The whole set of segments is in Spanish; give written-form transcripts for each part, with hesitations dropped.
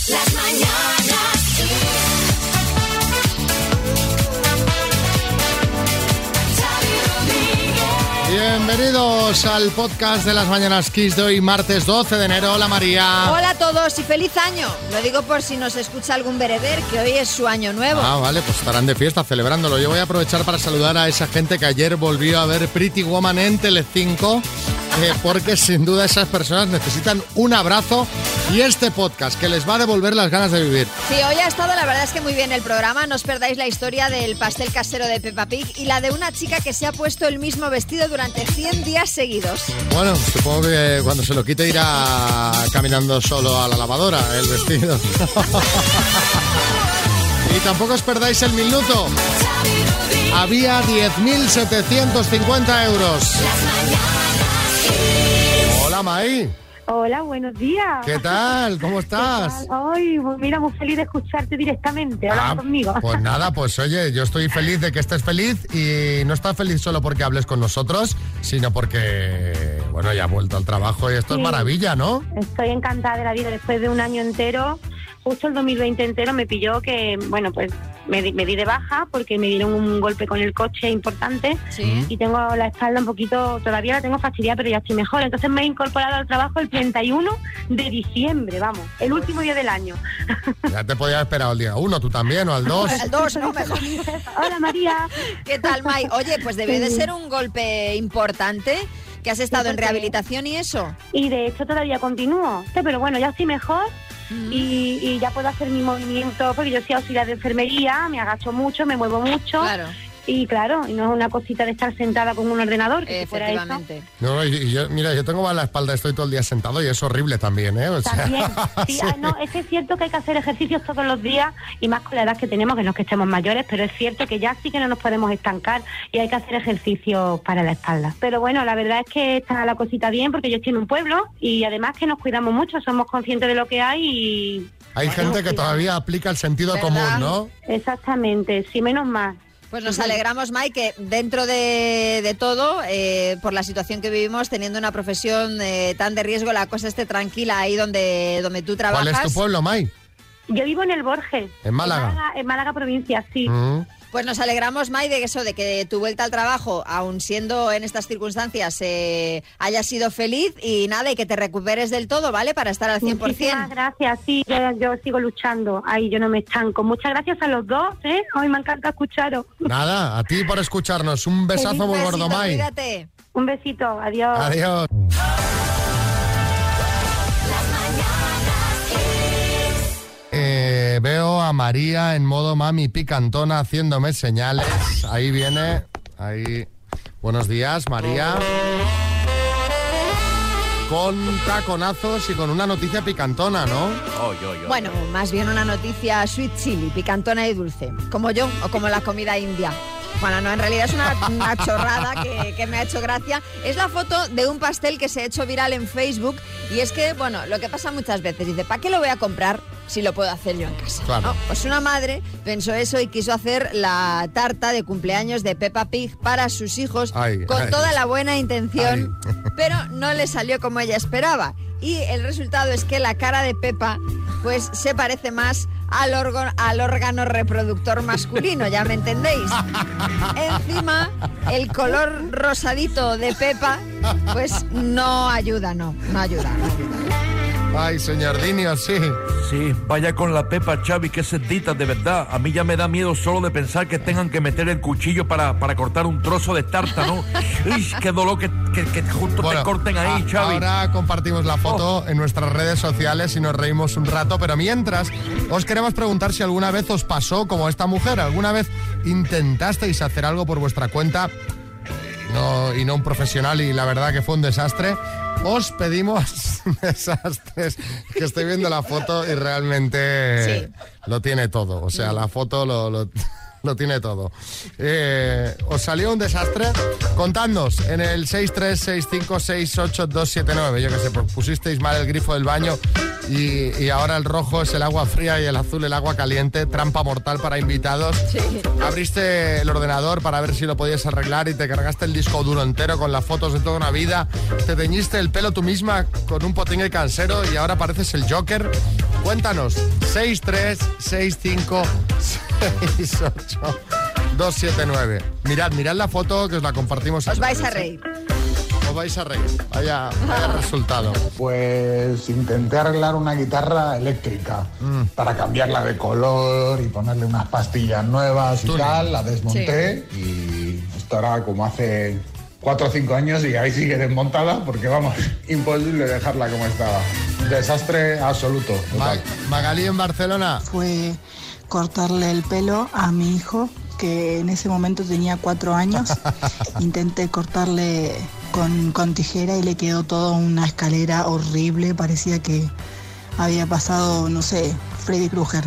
Las mañanas Kiss. Bienvenidos al podcast de Las Mañanas Kiss de hoy, martes 12 de enero. Hola, María. Hola a todos y feliz año. Lo digo por si nos escucha algún bereber, que hoy es su año nuevo. Ah, vale, pues estarán de fiesta celebrándolo. Yo voy a aprovechar para saludar a esa gente que ayer volvió a ver Pretty Woman en Telecinco, porque sin duda esas personas necesitan un abrazo y este podcast que les va a devolver las ganas de vivir. Sí, hoy ha estado, la verdad es que muy bien el programa. No os perdáis la historia del pastel casero de Peppa Pig y la de una chica que se ha puesto el mismo vestido durante 100 días seguidos. Bueno, supongo que cuando se lo quite irá caminando solo a la lavadora el vestido. Y tampoco os perdáis el minuto. Había 10.750 euros. Hola, Mai. Hola, buenos días. ¿Qué tal? ¿Cómo estás? Ay, pues mira, muy feliz de escucharte directamente. Habla conmigo. Pues nada, pues oye, yo estoy feliz de que estés feliz y no estás feliz solo porque hables con nosotros, sino porque, bueno, ya ha vuelto al trabajo y esto Sí. es maravilla, ¿no? Estoy encantada de la vida después de un año entero. Justo el 2020 entero me pilló que, bueno, pues me di de baja porque me dieron un golpe con el coche importante. Sí. Y tengo la espalda un poquito, todavía la tengo fastidiada, pero ya estoy mejor. Entonces me he incorporado al trabajo el 31 de diciembre, vamos, el último día del año. Ya te podía haber esperado el día 1, tú también, o al 2. Al 2, ¿no? Mejor. Hola, María. ¿Qué tal, Mai? Oye, pues debe de ser un golpe importante, que has estado en porque- rehabilitación y eso. Y de hecho todavía continúo. Sí, pero bueno, ya estoy mejor. Y ya puedo hacer mi movimiento, porque yo soy auxiliar de enfermería, me agacho mucho, me muevo mucho. Claro, Y claro, y no es una cosita de estar sentada con un ordenador, que si fuera eso. efectivamente. No, y yo, mira, yo tengo mal la espalda, estoy todo el día sentado y es horrible también, ¿eh? O sea, También, sí, sí. no, es que es cierto que hay que hacer ejercicios todos los días y más con la edad que tenemos, que no es que estemos mayores, pero es cierto que ya sí que no nos podemos estancar y hay que hacer ejercicios para la espalda. Pero bueno, la verdad es que está la cosita bien porque yo estoy en un pueblo y además que nos cuidamos mucho, somos conscientes de lo que hay y... Hay gente que todavía aplica el sentido ¿Verdad? común, ¿no? Exactamente, sí, menos mal. Pues nos alegramos, Mai, que dentro de todo, por la situación que vivimos, teniendo una profesión tan de riesgo, la cosa esté tranquila ahí donde tú trabajas. ¿Cuál es tu pueblo, Mai? Yo vivo en el Borges. ¿En Málaga? En Málaga provincia, sí. Pues nos alegramos, Mai, de eso, de que tu vuelta al trabajo, aun siendo en estas circunstancias, haya sido feliz y nada, y que te recuperes del todo, ¿vale? Para estar al 100%. Muchísimas gracias, sí, yo sigo luchando. Ahí yo no me estanco. Muchas gracias a los dos, ¿eh? Hoy me encanta escucharos. Nada, a ti por escucharnos. Un besazo muy Un gordo, besito, Mai. cuídate. Un besito, adiós. Adiós. Veo a María en modo mami picantona haciéndome señales. Ahí viene. Ahí. Buenos días, María. Con taconazos y con una noticia picantona, ¿no? Bueno, más bien una noticia sweet chili, picantona y dulce, como yo o como la comida india. Bueno, no, en realidad es una chorrada que me ha hecho gracia. Es la foto de un pastel que se ha hecho viral en Facebook y es que, bueno, lo que pasa muchas veces, dice, ¿para qué lo voy a comprar si lo puedo hacer yo en casa? Claro. ¿No? Pues una madre pensó eso y quiso hacer la tarta de cumpleaños de Peppa Pig para sus hijos con toda la buena intención, pero no le salió como ella esperaba. Y el resultado es que la cara de Peppa pues se parece más al órgano reproductor masculino, ya me entendéis. Encima, el color rosadito de Peppa pues no ayuda. Ay, señor Dinio, sí. Sí, vaya con la Peppa, Xavi, qué sedita, de verdad. A mí ya me da miedo solo de pensar que tengan que meter el cuchillo para cortar un trozo de tarta, ¿no? ¡Uy, qué dolor que justo te corten ahí, Xavi! Ahora compartimos la foto en nuestras redes sociales y nos reímos un rato, pero mientras os queremos preguntar si alguna vez os pasó como esta mujer, alguna vez intentasteis hacer algo por vuestra cuenta y no un profesional y la verdad que fue un desastre. Os pedimos desastres, que estoy viendo la foto y realmente lo tiene todo, o sea, la foto lo tiene todo. ¿Os salió un desastre? Contadnos en el 636568279. Yo que sé, pusisteis mal el grifo del baño y ahora el rojo es el agua fría y el azul el agua caliente. Trampa mortal para invitados. Sí. Abriste el ordenador para ver si lo podías arreglar y te cargaste el disco duro entero con las fotos de toda una vida. Te teñiste el pelo tú misma con un potingue cansero y ahora pareces el Joker. Cuéntanos, 636568279. Mirad la foto que os la compartimos. Os vais a reír. Os vais a reír. Vaya resultado. Pues intenté arreglar una guitarra eléctrica para cambiarla de color y ponerle unas pastillas nuevas y tal. La desmonté y esto era como hace 4 o 5 años y ahí sigue desmontada porque, vamos, imposible dejarla como estaba. Desastre absoluto. Magalí en Barcelona. Fue cortarle el pelo a mi hijo, que en ese momento tenía 4 años. Intenté cortarle con tijera y le quedó toda una escalera horrible. Parecía que había pasado, no sé, Freddy Krueger.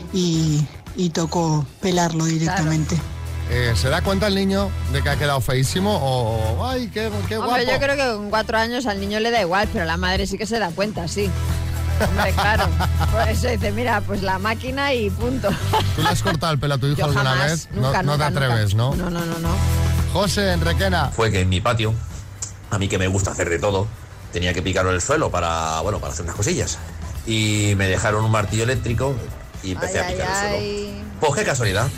Y tocó pelarlo directamente. Claro. ¿Se da cuenta el niño de que ha quedado feísimo o ay, qué guapo? Hombre, yo creo que con 4 años al niño le da igual, pero la madre sí que se da cuenta, sí. Hombre, claro. Por eso dice, mira, pues la máquina y punto. ¿Tú le has cortado el pelo a tu hijo Yo alguna jamás, vez? nunca, No te atreves, ¿no? No. José, en Requena. Fue que en mi patio, a mí que me gusta hacer de todo, tenía que picarlo en el suelo para hacer unas cosillas. Y me dejaron un martillo eléctrico y empecé a picar el suelo. Pues qué casualidad.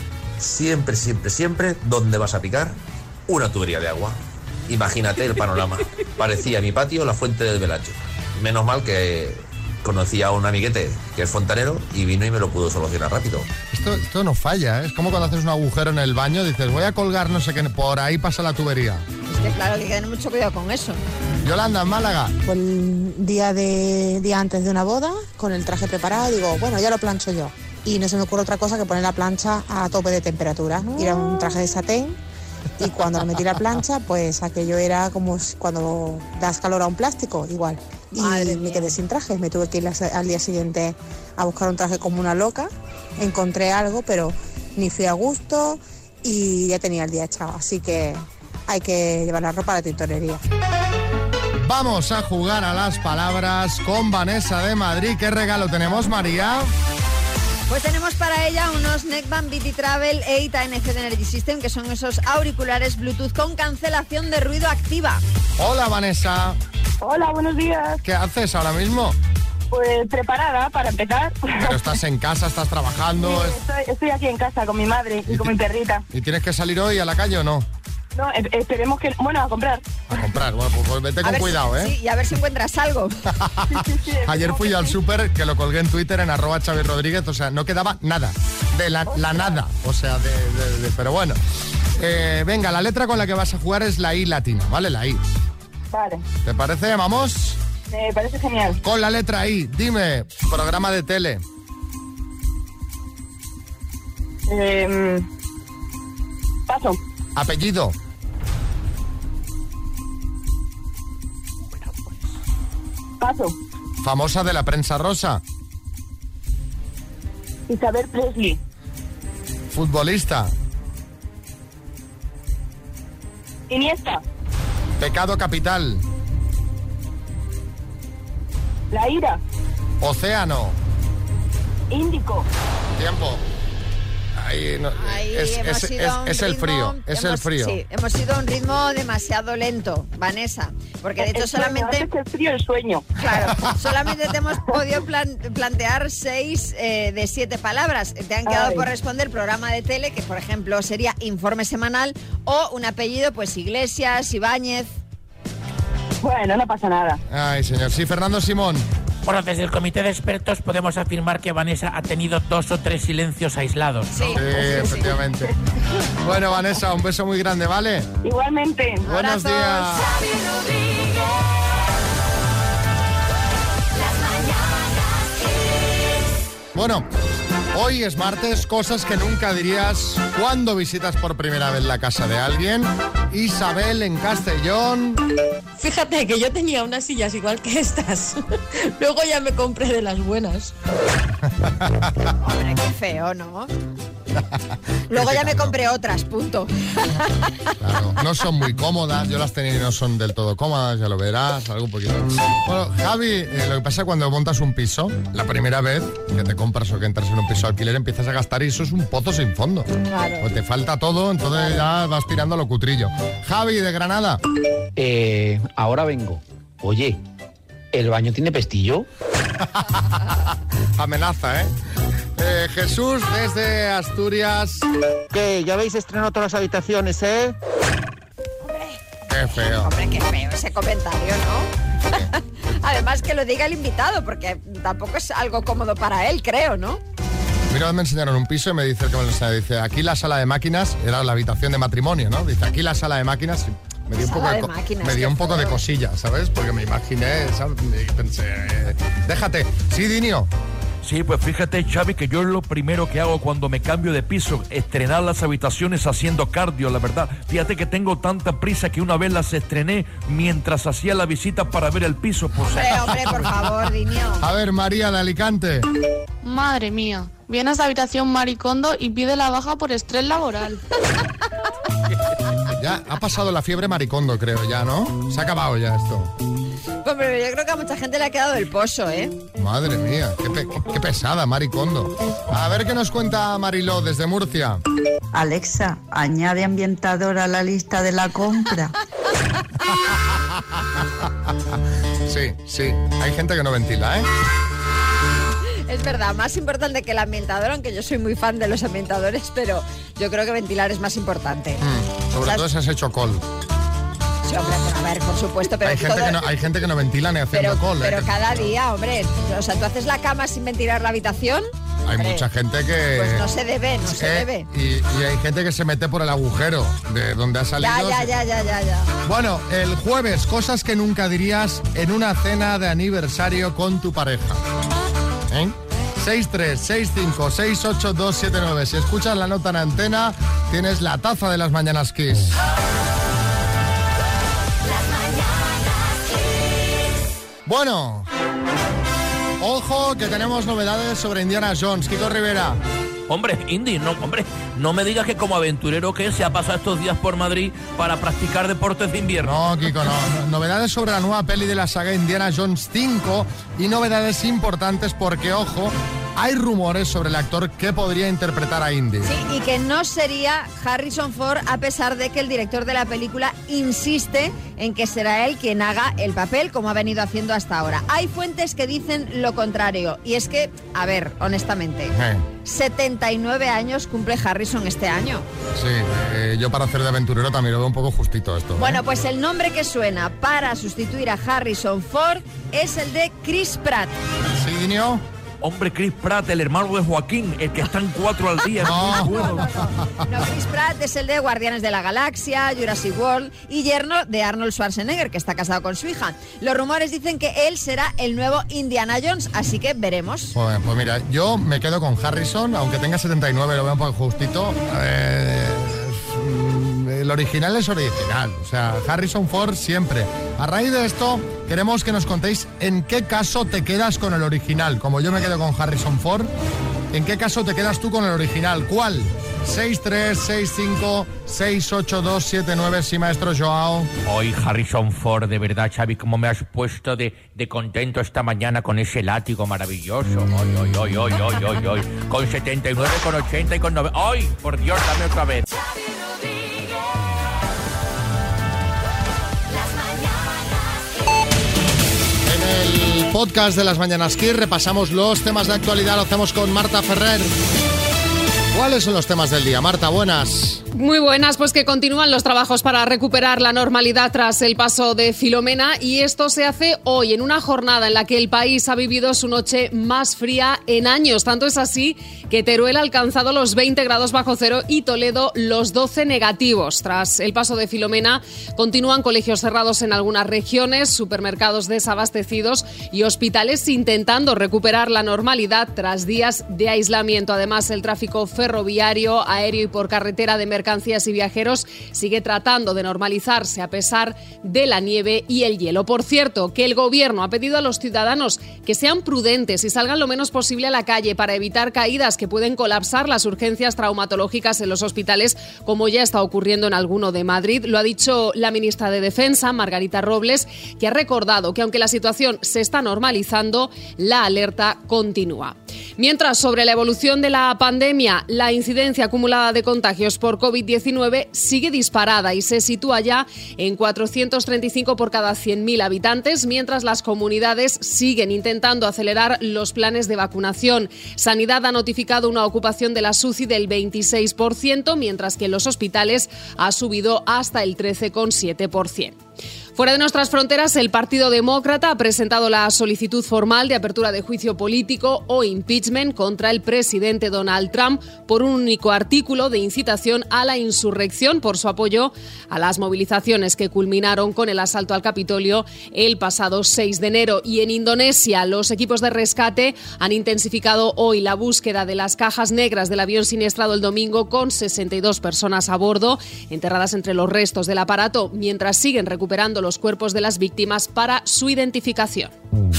Siempre, ¿dónde vas a picar? Una tubería de agua. Imagínate el panorama. Parecía mi patio la fuente del Velacho. Menos mal que conocí a un amiguete que es fontanero y vino y me lo pudo solucionar rápido. Esto no falla, ¿eh? Es como cuando haces un agujero en el baño, dices, voy a colgar no sé qué, por ahí pasa la tubería. Es que claro, hay que tener mucho cuidado con eso. Yolanda, en Málaga. Pues el día antes de una boda, con el traje preparado, digo, bueno, ya lo plancho yo. Y no se me ocurre otra cosa que poner la plancha a tope de temperatura. Era un traje de satén y cuando lo metí a la plancha, pues aquello era como cuando das calor a un plástico, igual. Y me quedé sin traje. Me tuve que ir al día siguiente a buscar un traje como una loca. Encontré algo, pero ni fui a gusto y ya tenía el día echado. Así que hay que llevar la ropa a la tintorería. Vamos a jugar a las palabras con Vanessa de Madrid. ¿Qué regalo tenemos, María? Pues tenemos para ella unos Neckband BT Travel 8 ANC de Energy System, que son esos auriculares Bluetooth con cancelación de ruido activa. Hola, Vanessa. Hola, buenos días. ¿Qué haces ahora mismo? Pues preparada para empezar. Pero estás en casa, estás trabajando. Sí, estoy aquí en casa con mi madre y con mi perrita. ¿Y tienes que salir hoy a la calle o no? No, esperemos que... Bueno, a comprar. A comprar, bueno, pues vete con cuidado, ¿eh? Sí, y a ver si encuentras algo. Ayer fui al súper, que lo colgué en Twitter, en @XaviRodríguez, o sea, no quedaba nada. De la nada, o sea, pero bueno. Venga, la letra con la que vas a jugar es la I latina, ¿vale? La I. Vale. ¿Te parece? ¿Vamos? Me parece genial. Con la letra I, dime, programa de tele. Paso. Apellido. Paso. Famosa de la prensa rosa. Isabel Presley. Futbolista. Iniesta. Pecado capital. La ira. Océano. Índico. Tiempo. Ahí no, es el frío, es el frío. Sí, hemos ido a un ritmo demasiado lento, Vanessa, porque de hecho solamente... Es el frío, el sueño. Claro, solamente te hemos podido plantear 6 de 7 palabras. Te han quedado por responder programa de tele, que por ejemplo sería informe semanal, o un apellido, pues Iglesias, Ibáñez. Bueno, no pasa nada. Ay, señor. Sí, Fernando Simón. Bueno, desde el comité de expertos podemos afirmar que Vanessa ha tenido 2 o 3 silencios aislados, ¿no? Sí, efectivamente. Bueno, Vanessa, un beso muy grande, ¿vale? Igualmente. Buenos días. Bueno, hoy es martes, cosas que nunca dirías cuando visitas por primera vez la casa de alguien. Isabel, en Castellón. Fíjate que yo tenía unas sillas igual que estas. Luego ya me compré de las buenas. Hombre, qué feo, ¿no? Luego ya me compré otras, punto. Claro, no son muy cómodas, yo las tenía y no son del todo cómodas, ya lo verás, algo un poquito. Bueno, Javi, lo que pasa cuando montas un piso, la primera vez que te compras o que entras en un piso de alquiler, empiezas a gastar y eso es un pozo sin fondo. Claro. Pues te falta todo, entonces ya vas tirando a lo cutrillo. Javi, de Granada. Ahora vengo. Oye, ¿el baño tiene pestillo? Amenaza, ¿eh? Jesús, desde Asturias. ¿Qué? ¿Ya habéis estrenado todas las habitaciones, eh? Qué feo. Hombre, qué feo ese comentario, ¿no? Además que lo diga el invitado, porque tampoco es algo cómodo para él, creo, ¿no? Mira, me enseñaron un piso y me dice el que me lo enseña, dice, aquí la sala de máquinas, era la habitación de matrimonio, ¿no? Dice, aquí la sala de máquinas. Me dio un poco de cosilla, ¿sabes? Porque me imaginé, ¿sabes? Y pensé, déjate. Sí, Dinio. Sí, pues fíjate, Xavi, que yo es lo primero que hago cuando me cambio de piso, estrenar las habitaciones haciendo cardio, la verdad. Fíjate que tengo tanta prisa que una vez las estrené mientras hacía la visita para ver el piso. Hombre, por favor, Dinio. A ver, María de Alicante. Madre mía, viene a esa habitación Maricondo y pide la baja por estrés laboral. Ya ha pasado la fiebre Maricondo, creo, ya, ¿no? Se ha acabado ya esto. Hombre, yo creo que a mucha gente le ha quedado el pozo, ¿eh? Madre mía, qué pesada, Maricondo. A ver qué nos cuenta Mariló desde Murcia. Alexa, añade ambientador a la lista de la compra. Sí, hay gente que no ventila, ¿eh? Es verdad, más importante que el ambientador, aunque yo soy muy fan de los ambientadores, pero yo creo que ventilar es más importante. Sobre todo si has hecho col. Sí, hombre, a ver, por supuesto, pero hay gente que no ventila ni haciendo col. Pero cada día, hombre, o sea, tú haces la cama sin ventilar la habitación. Hay mucha gente que... Pues no se debe. Y hay gente que se mete por el agujero de donde ha salido. Ya. Bueno, el jueves, cosas que nunca dirías en una cena de aniversario con tu pareja. 636568279. Si escuchas la nota en antena, tienes la taza de las Mañanas Kiss. Bueno, ojo que tenemos novedades sobre Indiana Jones. Kiko Rivera. Hombre, Indy, no me digas que como aventurero que se ha pasado estos días por Madrid para practicar deportes de invierno. No, Kiko, no. Novedades sobre la nueva peli de la saga Indiana Jones 5 y novedades importantes porque, ojo, hay rumores sobre el actor que podría interpretar a Indy. Sí, y que no sería Harrison Ford, a pesar de que el director de la película insiste en que será él quien haga el papel, como ha venido haciendo hasta ahora. Hay fuentes que dicen lo contrario, y es que, a ver, honestamente, 79 años cumple Harrison este año. Sí, yo para hacer de aventurero también lo veo un poco justito esto. Bueno, pues el nombre que suena para sustituir a Harrison Ford es el de Chris Pratt. ¿Sí, Dinio? Hombre, Chris Pratt, el hermano de Joaquín, el que está en 4 al día. No, Chris Pratt es el de Guardianes de la Galaxia, Jurassic World y yerno de Arnold Schwarzenegger, que está casado con su hija. Los rumores dicen que él será el nuevo Indiana Jones, así que veremos. Pues mira, yo me quedo con Harrison, aunque tenga 79, lo veo un poco justito. El original es original, o sea, Harrison Ford siempre. A raíz de esto, queremos que nos contéis en qué caso te quedas con el original. Como yo me quedo con Harrison Ford, ¿en qué caso te quedas tú con el original? ¿Cuál? 636568279, sí, maestro Joao. Hoy Harrison Ford, de verdad, Xavi, cómo me has puesto de contento esta mañana con ese látigo maravilloso. Hoy. Con 79, con 80 y con 90. ¡Ay, por Dios, dame otra vez! En el podcast de las Mañanas Kiss repasamos los temas de actualidad, lo hacemos con Marta Ferrer. ¿Cuáles son los temas del día? Marta, buenas. Muy buenas, pues que continúan los trabajos para recuperar la normalidad tras el paso de Filomena, y esto se hace hoy en una jornada en la que el país ha vivido su noche más fría en años. Tanto es así que Teruel ha alcanzado los 20 grados bajo cero y Toledo los 12 negativos. Tras el paso de Filomena continúan colegios cerrados en algunas regiones, supermercados desabastecidos y hospitales intentando recuperar la normalidad tras días de aislamiento. Además, el tráfico ferroviario, aéreo y por carretera de mercancías y viajeros sigue tratando de normalizarse a pesar de la nieve y el hielo. Por cierto, que el gobierno ha pedido a los ciudadanos que sean prudentes y salgan lo menos posible a la calle para evitar caídas que pueden colapsar las urgencias traumatológicas en los hospitales, como ya está ocurriendo en alguno de Madrid. Lo ha dicho la ministra de Defensa, Margarita Robles, que ha recordado que aunque la situación se está normalizando, la alerta continúa. Mientras, sobre la evolución de la pandemia, la incidencia acumulada de contagios por COVID-19 sigue disparada y se sitúa ya en 435 por cada 100.000 habitantes, mientras las comunidades siguen intentando acelerar los planes de vacunación. Sanidad ha notificado una ocupación de las UCI del 26%, mientras que en los hospitales ha subido hasta el 13,7%. Fuera de nuestras fronteras, el Partido Demócrata ha presentado la solicitud formal de apertura de juicio político o impeachment contra el presidente Donald Trump por un único artículo de incitación a la insurrección por su apoyo a las movilizaciones que culminaron con el asalto al Capitolio el pasado 6 de enero. Y en Indonesia, los equipos de rescate han intensificado hoy la búsqueda de las cajas negras del avión siniestrado el domingo con 62 personas a bordo, enterradas entre los restos del aparato, mientras siguen recuperando los cuerpos de las víctimas para su identificación.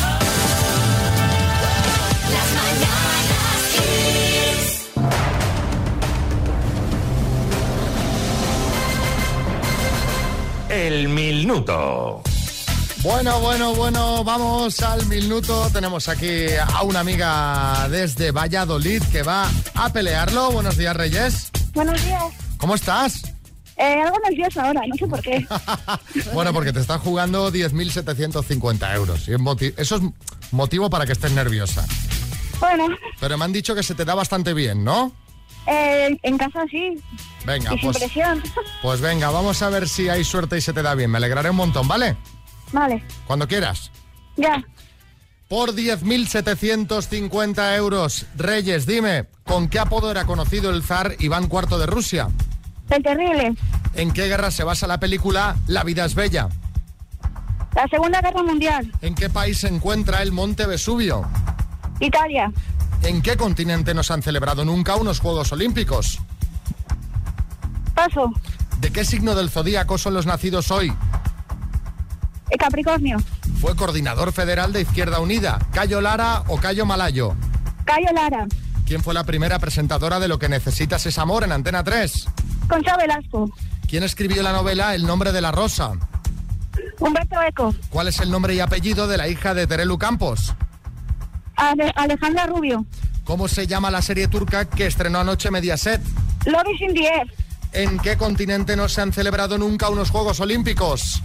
El minuto. Bueno, vamos al minuto. Tenemos aquí a una amiga desde Valladolid que va a pelearlo. Buenos días, Reyes. Buenos días. ¿Cómo estás? Algo nerviosa ahora, no sé por qué. Bueno, porque te estás jugando 10.750 euros. Y eso es motivo para que estés nerviosa. Bueno. Pero me han dicho que se te da bastante bien, ¿no? En casa sí. Venga, y sin presión. Pues venga, vamos a ver si hay suerte y se te da bien. Me alegraré un montón, ¿vale? Vale. Cuando quieras. Ya. Por 10.750 euros, Reyes, dime, ¿con qué apodo era conocido el zar Iván IV de Rusia? El terrible. ¿En qué guerra se basa la película La vida es bella? La Segunda Guerra Mundial. ¿En qué país se encuentra el Monte Vesubio? Italia. ¿En qué continente no se han celebrado nunca unos Juegos Olímpicos? Paso. ¿De qué signo del zodíaco son los nacidos hoy? Capricornio. ¿Fue coordinador federal de Izquierda Unida? ¿Cayo Lara o Cayo Malayo? Cayo Lara. ¿Quién fue la primera presentadora de Lo que necesitas es amor en Antena 3? Concha Velasco. ¿Quién escribió la novela El nombre de la rosa? Humberto Eco. ¿Cuál es el nombre y apellido de la hija de Terelu Campos? Alejandra Rubio. ¿Cómo se llama la serie turca que estrenó anoche Mediaset? Love is in the air. ¿En qué continente no se han celebrado nunca unos Juegos Olímpicos?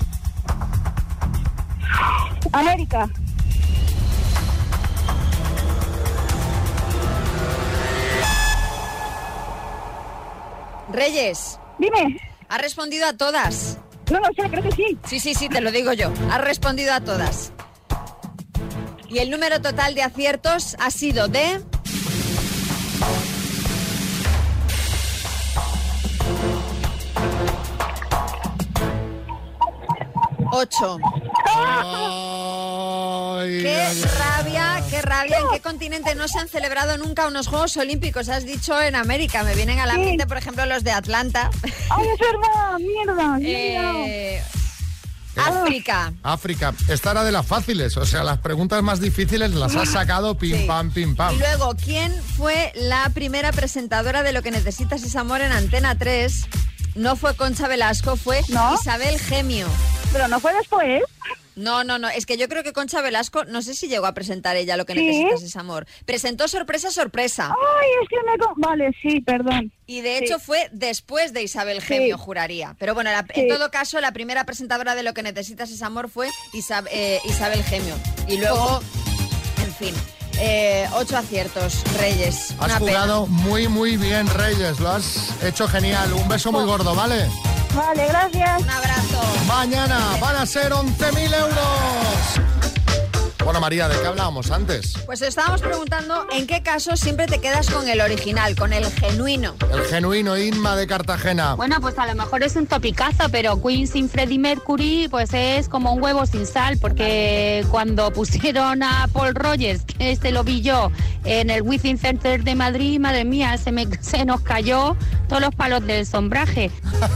América. Reyes. Dime. ¿Has respondido a todas? No lo sé, creo que sí. Sí, te lo digo yo. Has respondido a todas. Y el número total de aciertos ha sido de... 8. Qué rabia. ¿En qué continente no se han celebrado nunca unos Juegos Olímpicos? Has dicho en América. Me vienen a la mente, por ejemplo, los de Atlanta. ¡Ay, es verdad! ¡Mierda! África. Esta era de las fáciles. O sea, las preguntas más difíciles las has sacado pim, pam. Y luego, ¿quién fue la primera presentadora de Lo que necesitas es amor en Antena 3? No fue Concha Velasco, fue Isabel Gemio. ¿Pero no fue después? No. Es que yo creo que Concha Velasco, no sé si llegó a presentar ella Lo que necesitas es amor. Presentó Sorpresa. Ay, es que Vale, sí, perdón. Y de hecho fue después de Isabel Gemio, juraría. Pero bueno, en todo caso, la primera presentadora de Lo que necesitas es amor fue Isabel Gemio. Y luego, en fin... 8 aciertos, Reyes. Has jugado muy bien, Reyes. Lo has hecho genial. Un beso muy gordo, ¿vale? Vale, gracias. Un abrazo. Mañana van a ser 11.000 euros. Bueno, María, ¿de qué hablábamos antes? Pues estábamos preguntando en qué caso siempre te quedas con el original, con el genuino. El genuino, Inma de Cartagena. Bueno, pues a lo mejor es un topicazo, pero Queen sin Freddie Mercury pues es como un huevo sin sal, porque cuando pusieron a Paul Rogers, que este lo vi yo, en el Within Center de Madrid, madre mía, se nos cayó todos los palos del sombraje.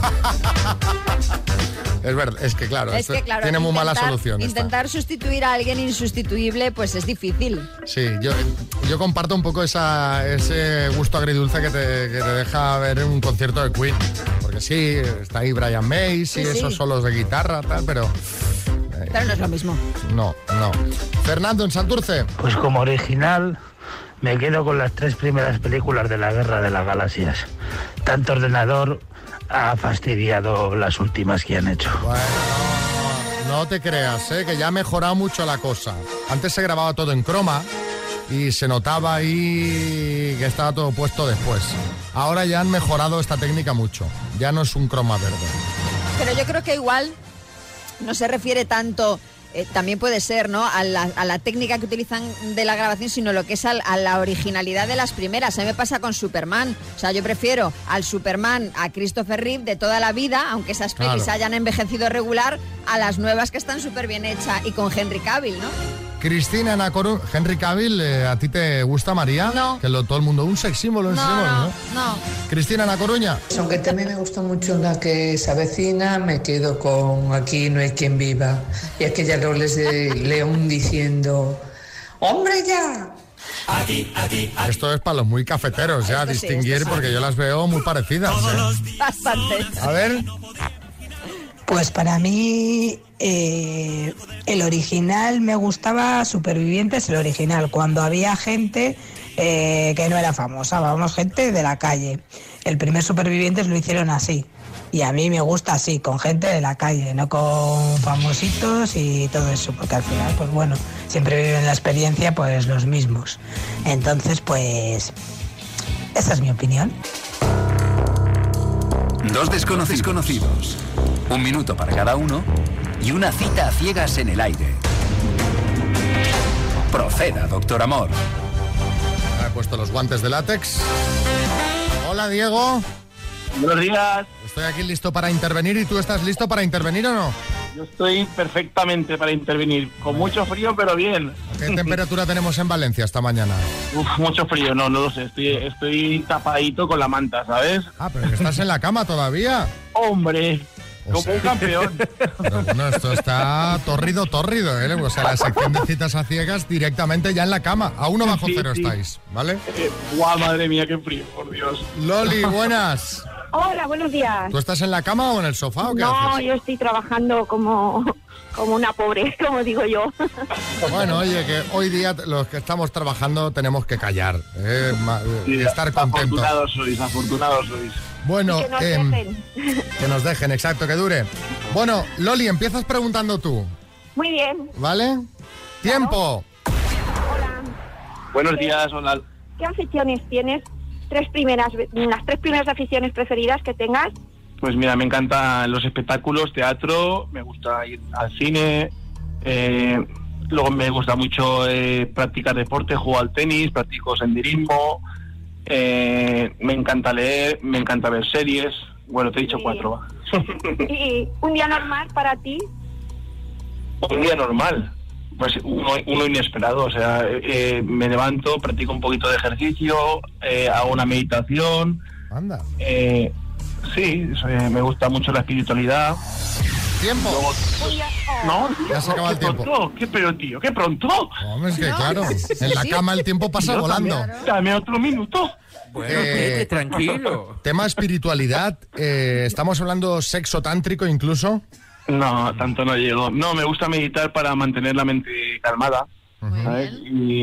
Es verdad, es que claro, tiene muy mala solución. Intentar sustituir a alguien insustituible, pues es difícil. Sí, yo comparto un poco ese gusto agridulce que te deja ver un concierto de Queen. Porque sí, está ahí Brian May, sí, esos solos de guitarra, tal, pero no es lo mismo. No. Fernando, en Santurce. Pues como original, Me quedo con las 3 primeras películas de la Guerra de las Galaxias. Tanto ordenador ha fastidiado las últimas que han hecho. Bueno, no te creas, que ya ha mejorado mucho la cosa. Antes se grababa todo en croma y se notaba ahí que estaba todo puesto después. Ahora ya han mejorado esta técnica mucho. Ya no es un croma verde. Pero yo creo que igual no se refiere tanto... también puede ser, ¿no?, a la técnica que utilizan de la grabación, sino lo que es a la originalidad de las primeras. A mí me pasa con Superman. O sea, yo prefiero al Superman, a Christopher Reeve de toda la vida, aunque esas pelis hayan envejecido regular, a las nuevas que están súper bien hechas y con Henry Cavill, ¿no? Cristina Ana Coruña, Henry Cavill, ¿a ti te gusta, María? No. Que todo el mundo, un sex símbolo, ¿no? Cristina Ana Coruña. Aunque también me gusta mucho la que se avecina, me quedo con Aquí no hay quien viva. Y aquella roles de León diciendo, ¡hombre ya! Esto es para los muy cafeteros, ya, distinguir, porque yo las veo muy parecidas. Bastante. A ver... Pues para mí el original me gustaba, Supervivientes, el original, cuando había gente que no era famosa, vamos, gente de la calle. El primer Supervivientes lo hicieron así, y a mí me gusta así, con gente de la calle, no con famositos y todo eso, porque al final, pues bueno, siempre viven la experiencia pues los mismos. Entonces, pues, esa es mi opinión. Dos desconocidos. 1 minuto para cada uno y una cita a ciegas en el aire. Proceda, doctor Amor. Me he puesto los guantes de látex. Hola, Diego. Buenos días. Estoy aquí listo para intervenir. ¿Y tú estás listo para intervenir o no? Yo estoy perfectamente para intervenir. Con mucho frío, pero bien. ¿Qué temperatura tenemos en Valencia esta mañana? Mucho frío, no lo sé. Estoy tapadito con la manta, ¿sabes? Ah, pero que estás en la cama todavía. ¡Hombre! Como un campeón. Pero bueno, esto está tórrido, ¿eh? O sea, la sección de citas a ciegas directamente ya en la cama. A 1 bajo cero estáis, ¿vale? ¡Guau, madre mía, qué frío, por Dios! Loli, buenas. Hola, buenos días. ¿Tú estás en la cama o en el sofá o qué haces? No, yo estoy trabajando como una pobre, como digo yo. Bueno, oye, que hoy día los que estamos trabajando tenemos que callar, y estar contentos. Afortunados sois. Bueno, que nos dejen. Que nos dejen, exacto, que dure. Bueno, Loli, empiezas preguntando tú. Muy bien. ¿Vale? ¡Tiempo! Hola. Buenos días, hola. ¿Qué aficiones tienes? Las 3 primeras aficiones preferidas que tengas. Pues mira, me encantan los espectáculos, teatro, me gusta ir al cine, luego me gusta mucho practicar deporte, juego al tenis, practico senderismo, me encanta leer, me encanta ver series. Bueno, te he dicho 4. ¿Va? ¿Y un día normal para ti? Un día normal, pues uno inesperado, o sea, me levanto, practico un poquito de ejercicio, hago una meditación. Anda. Sí, me gusta mucho la espiritualidad. ¿Tiempo? Luego, no, ya se acaba el tiempo. ¿Qué pero tío? ¿Qué pronto? Hombre, es que claro, en la cama el tiempo pasa volando. Dame otro minuto. Bueno, tranquilo. Tema espiritualidad, ¿estamos hablando sexo tántrico incluso? No, tanto no llego. No, me gusta meditar para mantener la mente calmada, ¿sabes?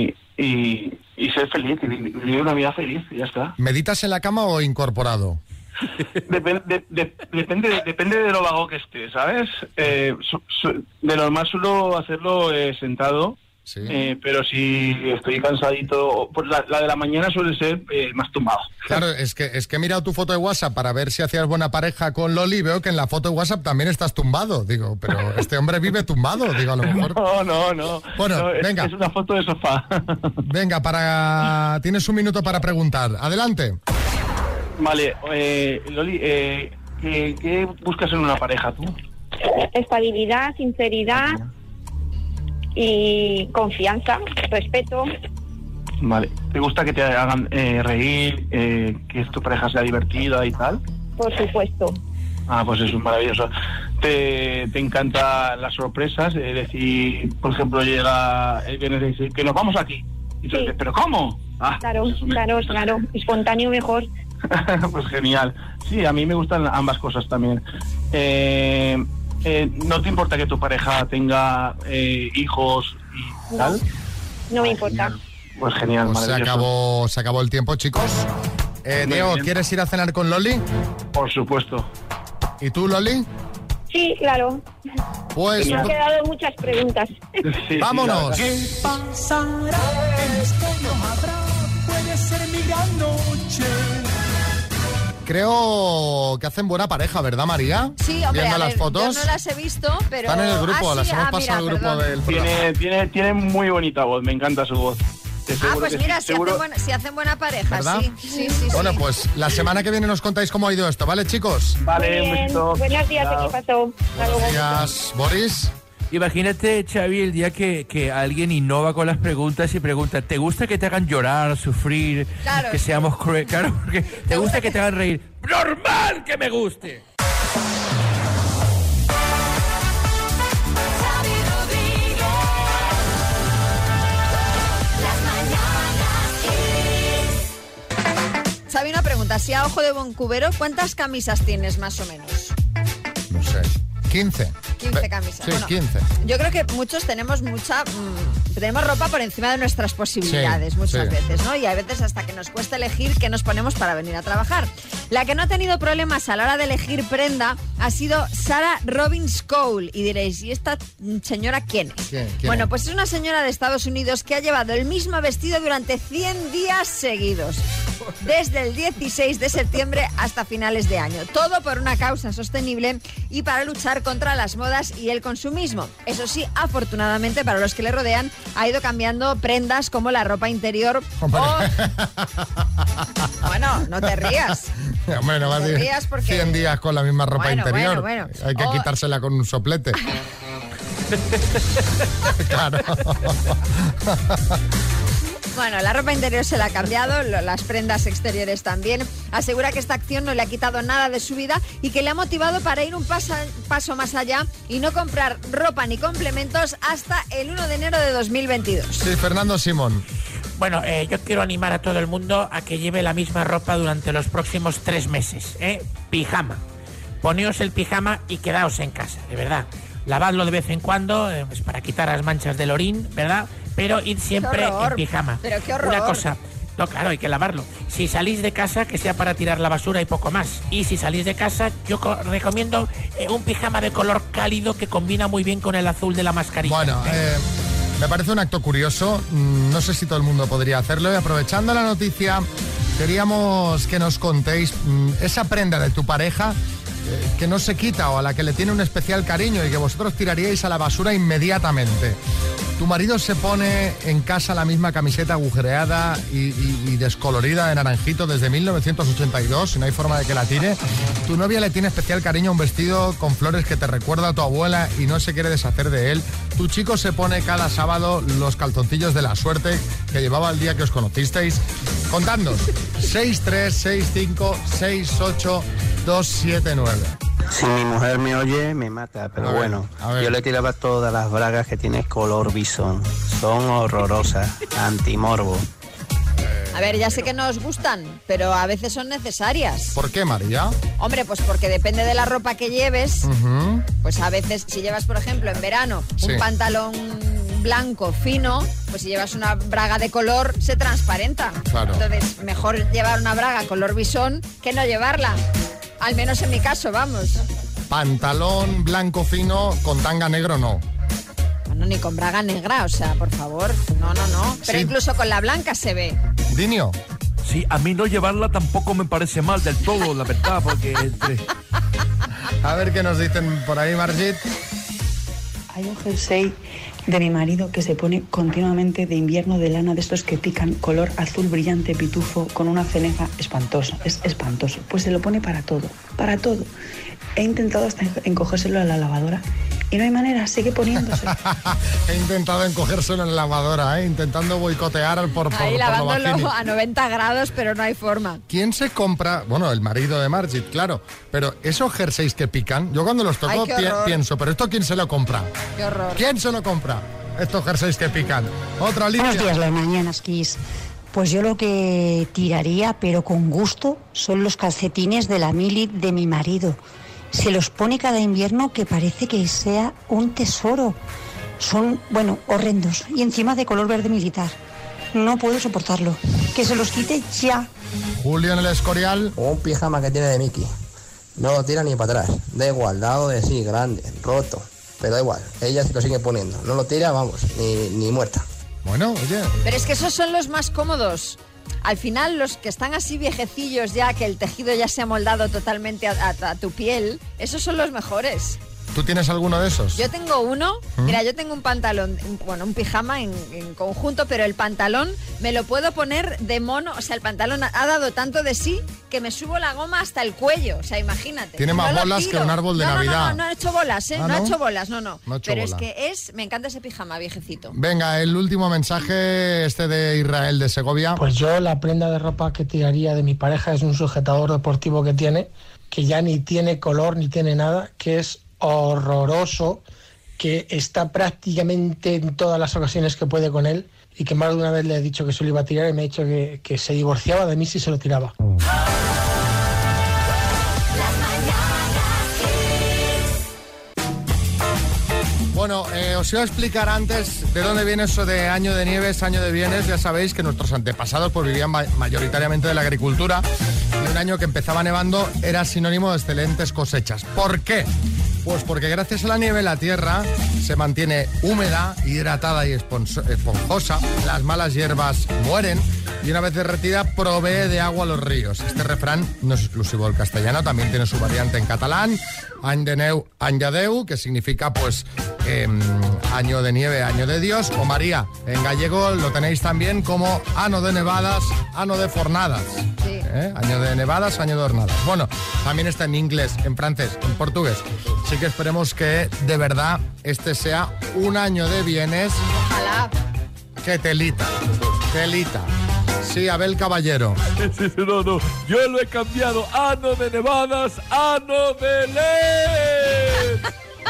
Y ser feliz, y vivir una vida feliz, y ya está. ¿Meditas en la cama o incorporado? Depende de lo vago que esté, ¿sabes? De normal suelo hacerlo sentado, sí. Pero si estoy cansadito, pues la de la mañana suele ser más tumbado. Claro, es que he mirado tu foto de WhatsApp para ver si hacías buena pareja con Loli y veo que en la foto de WhatsApp también estás tumbado. Digo, pero este hombre vive tumbado, digo, a lo mejor. No. Bueno, no, venga. Es una foto de sofá. Venga, tienes 1 minuto para preguntar. Adelante. Vale, Loli, ¿qué buscas en una pareja tú? Estabilidad, sinceridad y confianza, respeto. Vale, ¿te gusta que te hagan reír, que tu pareja sea divertida y tal? Por supuesto. Ah, pues eso es maravilloso. ¿Te encantan las sorpresas? Es decir, por ejemplo, llega el viernes y dice que nos vamos aquí. Y tú dices, ¿pero cómo? Ah, claro, espontáneo mejor. Pues genial. Sí, a mí me gustan ambas cosas también. ¿No te importa que tu pareja tenga hijos y tal? No me importa. Pues genial, pues se acabó el tiempo, chicos. Diego, ¿quieres ir a cenar con Loli? Por supuesto. ¿Y tú, Loli? Sí, claro. Pues me han quedado muchas preguntas. Sí, vámonos. ¿Qué pasará? Esto no habrá. Puede ser mi gran noche. Creo que hacen buena pareja, ¿verdad, María? Sí, hombre, viendo las fotos. Yo no las he visto, pero... Están en el grupo, las hemos pasado al grupo del programa. Tiene muy bonita voz, me encanta su voz. Pues mira, si hacen buena pareja, ¿verdad? Sí. Bueno, pues la semana que viene nos contáis cómo ha ido esto, ¿vale, chicos? Vale, un besito. Buenos días, equipazo. Buenos días, Boris. Imagínate, Xavi, el día que alguien innova con las preguntas y pregunta, ¿te gusta que te hagan llorar, sufrir, claro, que seamos crueles? Claro, porque ¿te gusta que te hagan reír? ¡Normal que me guste! Xavi, una pregunta, si a ojo de buen cubero, ¿cuántas camisas tienes más o menos? No sé, 15. 15 camisas. Sí, bueno, 15. Yo creo que muchos tenemos tenemos ropa por encima de nuestras posibilidades muchas veces, ¿no? Y a veces hasta que nos cuesta elegir qué nos ponemos para venir a trabajar. La que no ha tenido problemas a la hora de elegir prenda ha sido Sarah Robbins Cole. Y diréis, ¿y esta señora quién es? ¿Quién bueno, es? pues es una señora de Estados Unidos que ha llevado el mismo vestido durante 100 días seguidos. Desde el 16 de septiembre hasta finales de año. Todo por una causa sostenible y para luchar contra las modas y el consumismo. Eso sí, afortunadamente para los que le rodean, ha ido cambiando prendas como la ropa interior Bueno, no te rías. Hombre, no vas a decir 100 días con la misma ropa interior. Bueno. Hay que quitársela con un soplete. Claro. Bueno, la ropa interior se la ha cambiado, las prendas exteriores también. Asegura que esta acción no le ha quitado nada de su vida y que le ha motivado para ir un paso más allá y no comprar ropa ni complementos hasta el 1 de enero de 2022. Sí, Fernando Simón. Bueno, yo quiero animar a todo el mundo a que lleve la misma ropa durante los próximos 3 meses. Pijama. Poneos el pijama y quedaos en casa, de verdad. Lavadlo de vez en cuando, pues para quitar las manchas del orín, ¿verdad? Pero id siempre en pijama. Pero qué horror. Una cosa, no, claro, hay que lavarlo. Si salís de casa, que sea para tirar la basura y poco más. Y si salís de casa, yo recomiendo un pijama de color cálido que combina muy bien con el azul de la mascarilla. Bueno, me parece un acto curioso. No sé si todo el mundo podría hacerlo. Y aprovechando la noticia, queríamos que nos contéis esa prenda de tu pareja que no se quita o a la que le tiene un especial cariño y que vosotros tiraríais a la basura inmediatamente. Tu marido se pone en casa la misma camiseta agujereada y descolorida de naranjito desde 1982 y no hay forma de que la tire. Tu novia le tiene especial cariño a un vestido con flores que te recuerda a tu abuela y no se quiere deshacer de él. Tu chico se pone cada sábado los calzoncillos de la suerte que llevaba el día que os conocisteis. Contadnos. 636568279. Si mi mujer me oye, me mata, pero bueno, yo le tiraba todas las bragas que tiene color bisón. Son horrorosas, antimorbo. A ver, ya sé que no os gustan, pero a veces son necesarias. ¿Por qué, María? Hombre, pues porque depende de la ropa que lleves, pues a veces, si llevas, por ejemplo, en verano, un pantalón blanco fino, pues si llevas una braga de color, se transparenta. Claro. Entonces, mejor llevar una braga color bisón que no llevarla. Al menos en mi caso, vamos. Pantalón blanco fino con tanga negro, no. Bueno, ni con braga negra, o sea, por favor. No. Pero incluso con la blanca se ve. Dinio. Sí, a mí no llevarla tampoco me parece mal del todo, la verdad, porque... A ver qué nos dicen por ahí, Margit. Hay un jersey de mi marido que se pone continuamente de invierno de lana, de estos que pican, color azul brillante pitufo, con una cenefa espantosa, es espantoso. Pues se lo pone para todo. He intentado hasta encogérselo a la lavadora y no hay manera, sigue poniéndose. He intentado encogérselo en la lavadora, intentando boicotear por ahí lavándolo a 90 grados, pero no hay forma. ¿Quién se compra? Bueno, el marido de Margit, claro, pero esos jerseys que pican, yo cuando los toco pienso, ¿pero esto quién se lo compra? ¡Qué horror! ¿Quién se lo compra? Estos jerseys que pican. Otra línea. Buenos días, las mañanas, Kiss. Pues yo lo que tiraría, pero con gusto, son los calcetines de la mili de mi marido. Se los pone cada invierno que parece que sea un tesoro. Son, horrendos. Y encima de color verde militar. No puedo soportarlo. Que se los quite ya. Julio en el Escorial. Un pijama que tiene de Mickey. No lo tira ni para atrás. Da igual, dado de sí, grande, roto. Pero da igual, ella se lo sigue poniendo. No lo tira, vamos, ni muerta. Bueno, oye. Pero es que esos son los más cómodos. Al final, los que están así viejecillos ya, que el tejido ya se ha moldado totalmente a tu piel, esos son los mejores. ¿Tú tienes alguno de esos? Yo tengo uno. Mira, yo tengo un pantalón, un pijama en conjunto, pero el pantalón me lo puedo poner de mono. O sea, el pantalón ha dado tanto de sí que me subo la goma hasta el cuello. O sea, imagínate. Tiene más bolas que un árbol de Navidad. No ha hecho bolas, ¿eh? ¿Ah, no ha hecho bolas, no. Pero bola. es que me encanta ese pijama, viejecito. Venga, el último mensaje, de Israel de Segovia. Pues yo la prenda de ropa que tiraría de mi pareja es un sujetador deportivo que tiene, que ya ni tiene color ni tiene nada, que es horroroso, que está prácticamente en todas las ocasiones que puede con él, y que más de una vez le he dicho que se lo iba a tirar y me ha dicho que se divorciaba de mí si se lo tiraba. Bueno, os iba a explicar antes de dónde viene eso de año de nieves, año de bienes. Ya sabéis que nuestros antepasados pues vivían mayoritariamente de la agricultura, y un año que empezaba nevando era sinónimo de excelentes cosechas. ¿Por qué? Pues porque gracias a la nieve la tierra se mantiene húmeda, hidratada y esponjosa, las malas hierbas mueren y una vez derretida provee de agua a los ríos. Este refrán no es exclusivo del castellano, también tiene su variante en catalán, any de neu, any de Déu, que significa pues año de nieve, año de Dios, o María. En gallego lo tenéis también como ano de nevadas, ano de fornadas. Sí. Año de nevadas, año de hornadas. Bueno, también está en inglés, en francés, en portugués. Así que esperemos que de verdad este sea un año de bienes. Ojalá. ¡Qué telita! ¡Telita! Sí, Abel Caballero. Sí, no. Yo lo he cambiado. Ano de nevadas, ano de LED.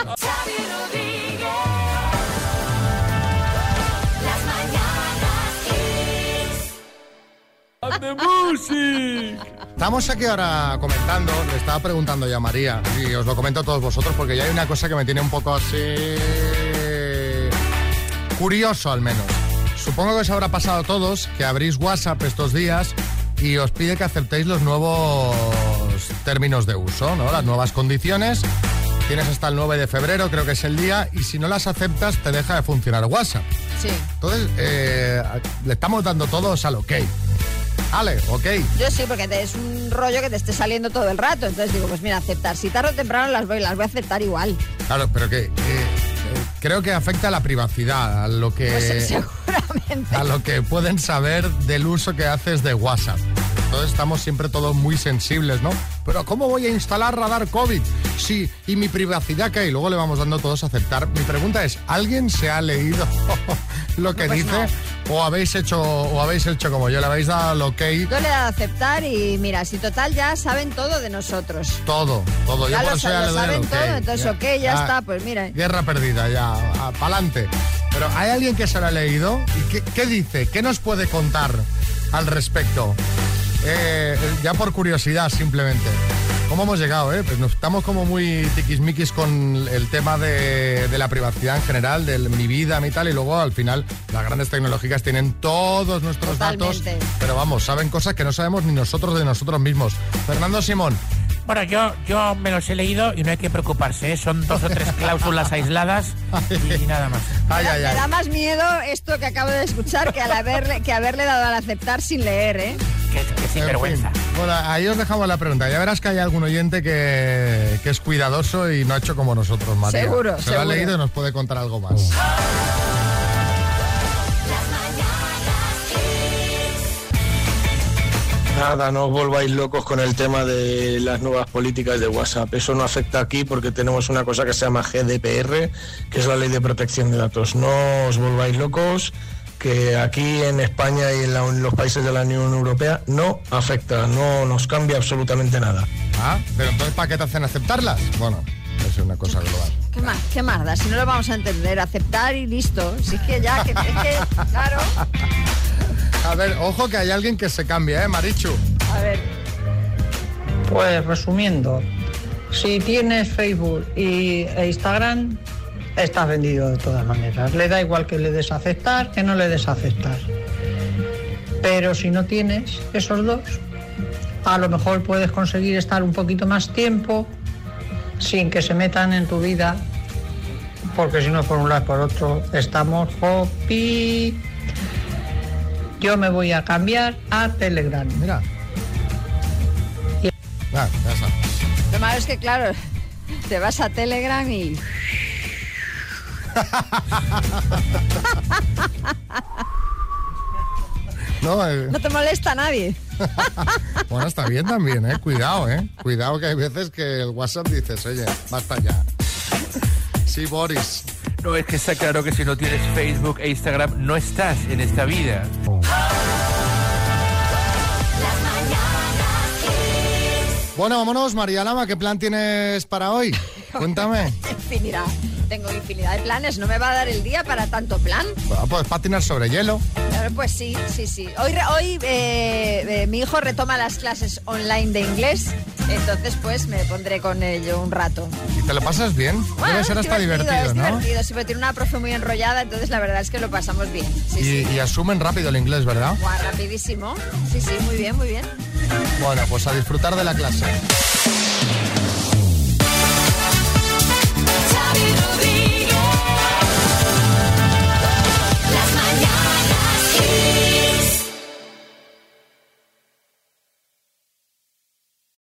¡The music! Estamos aquí ahora comentando, le estaba preguntando ya a María, y os lo comento a todos vosotros porque ya hay una cosa que me tiene un poco así curioso al menos. Supongo que os habrá pasado a todos que abrís WhatsApp estos días y os pide que aceptéis los nuevos términos de uso, ¿no? Las nuevas condiciones. Tienes hasta el 9 de febrero, creo que es el día, y si no las aceptas te deja de funcionar WhatsApp. Sí. Entonces, le estamos dando todos al OK. Ale, ok. Yo sí, porque es un rollo que te esté saliendo todo el rato. Entonces digo, pues mira, aceptar. Si tarde o temprano las voy a aceptar igual. Claro, pero que creo que afecta a la privacidad, a lo que... Pues seguramente. A lo que pueden saber del uso que haces de WhatsApp. Entonces estamos siempre todos muy sensibles, ¿no? Pero ¿cómo voy a instalar radar COVID? Sí, ¿y mi privacidad qué? Y luego le vamos dando todos a aceptar. Mi pregunta es, ¿alguien se ha leído lo que dice? No. ¿O habéis hecho como yo? ¿Le habéis dado al OK? Yo le he dado a aceptar y mira, si total ya saben todo de nosotros. Todo. Ya yo por lo eso ya le doy saben OK. todo, entonces OK, ya está, pues mira. Guerra perdida, ya, pa'lante. Pero ¿hay alguien que se lo ha leído? ¿Y qué dice? ¿Qué nos puede contar al respecto? Ya por curiosidad, simplemente. ¿Cómo hemos llegado, Pues nos estamos como muy tiquismiquis con el tema de la privacidad en general, de mi vida, mi tal, y luego al final las grandes tecnológicas tienen todos nuestros datos, pero vamos, saben cosas que no sabemos ni nosotros de nosotros mismos. Fernando Simón. Bueno, yo me los he leído y no hay que preocuparse, son 2 o 3 cláusulas aisladas y nada más. Me da más miedo esto que acabo de escuchar que haberle dado al aceptar sin leer, Que sinvergüenza. Bueno, ahí os dejamos la pregunta. Ya verás que hay algún oyente que es cuidadoso y no ha hecho como nosotros, María. Seguro. Se lo ha leído y nos puede contar algo más. Nada, no os volváis locos con el tema de las nuevas políticas de WhatsApp. Eso no afecta aquí porque tenemos una cosa que se llama GDPR, que es la Ley de Protección de Datos. No os volváis locos, que aquí en España y en los países de la Unión Europea no afecta, no nos cambia absolutamente nada. Pero entonces ¿para qué te hacen aceptarlas? Bueno, es una cosa global. ¿Qué más da? Si no lo vamos a entender, aceptar y listo. Si es que ya, claro. A ver, ojo que hay alguien que se cambia, Marichu. A ver. Pues resumiendo, si tienes Facebook e Instagram, estás vendido de todas maneras. Le da igual que le des a aceptar, que no le des a aceptar. Pero si no tienes esos dos, a lo mejor puedes conseguir estar un poquito más tiempo sin que se metan en tu vida, porque si no, por un lado por otro, estamos hopi. Yo me voy a cambiar a Telegram. Mira. Ya está. Lo malo es que, claro, te vas a Telegram y... No te molesta a nadie. Bueno, está bien también, cuidado, cuidado, que hay veces que el WhatsApp dices, oye, basta ya. Sí, Boris. No, es que está claro que si no tienes Facebook e Instagram no estás en esta vida. Bueno, vámonos, María Lama, ¿qué plan tienes para hoy? Cuéntame. Tengo infinidad de planes, no me va a dar el día para tanto plan. Bueno, pues patinar sobre hielo. Claro, pues sí. Hoy mi hijo retoma las clases online de inglés, entonces pues me pondré con ello un rato. ¿Y te lo pasas bien? Bueno, debe ser hasta divertido, es ¿no? divertido, sí, pero tiene una profe muy enrollada, entonces la verdad es que lo pasamos bien. Y asumen rápido el inglés, ¿verdad? Rapidísimo. Sí, muy bien. Bueno, pues a disfrutar de la clase.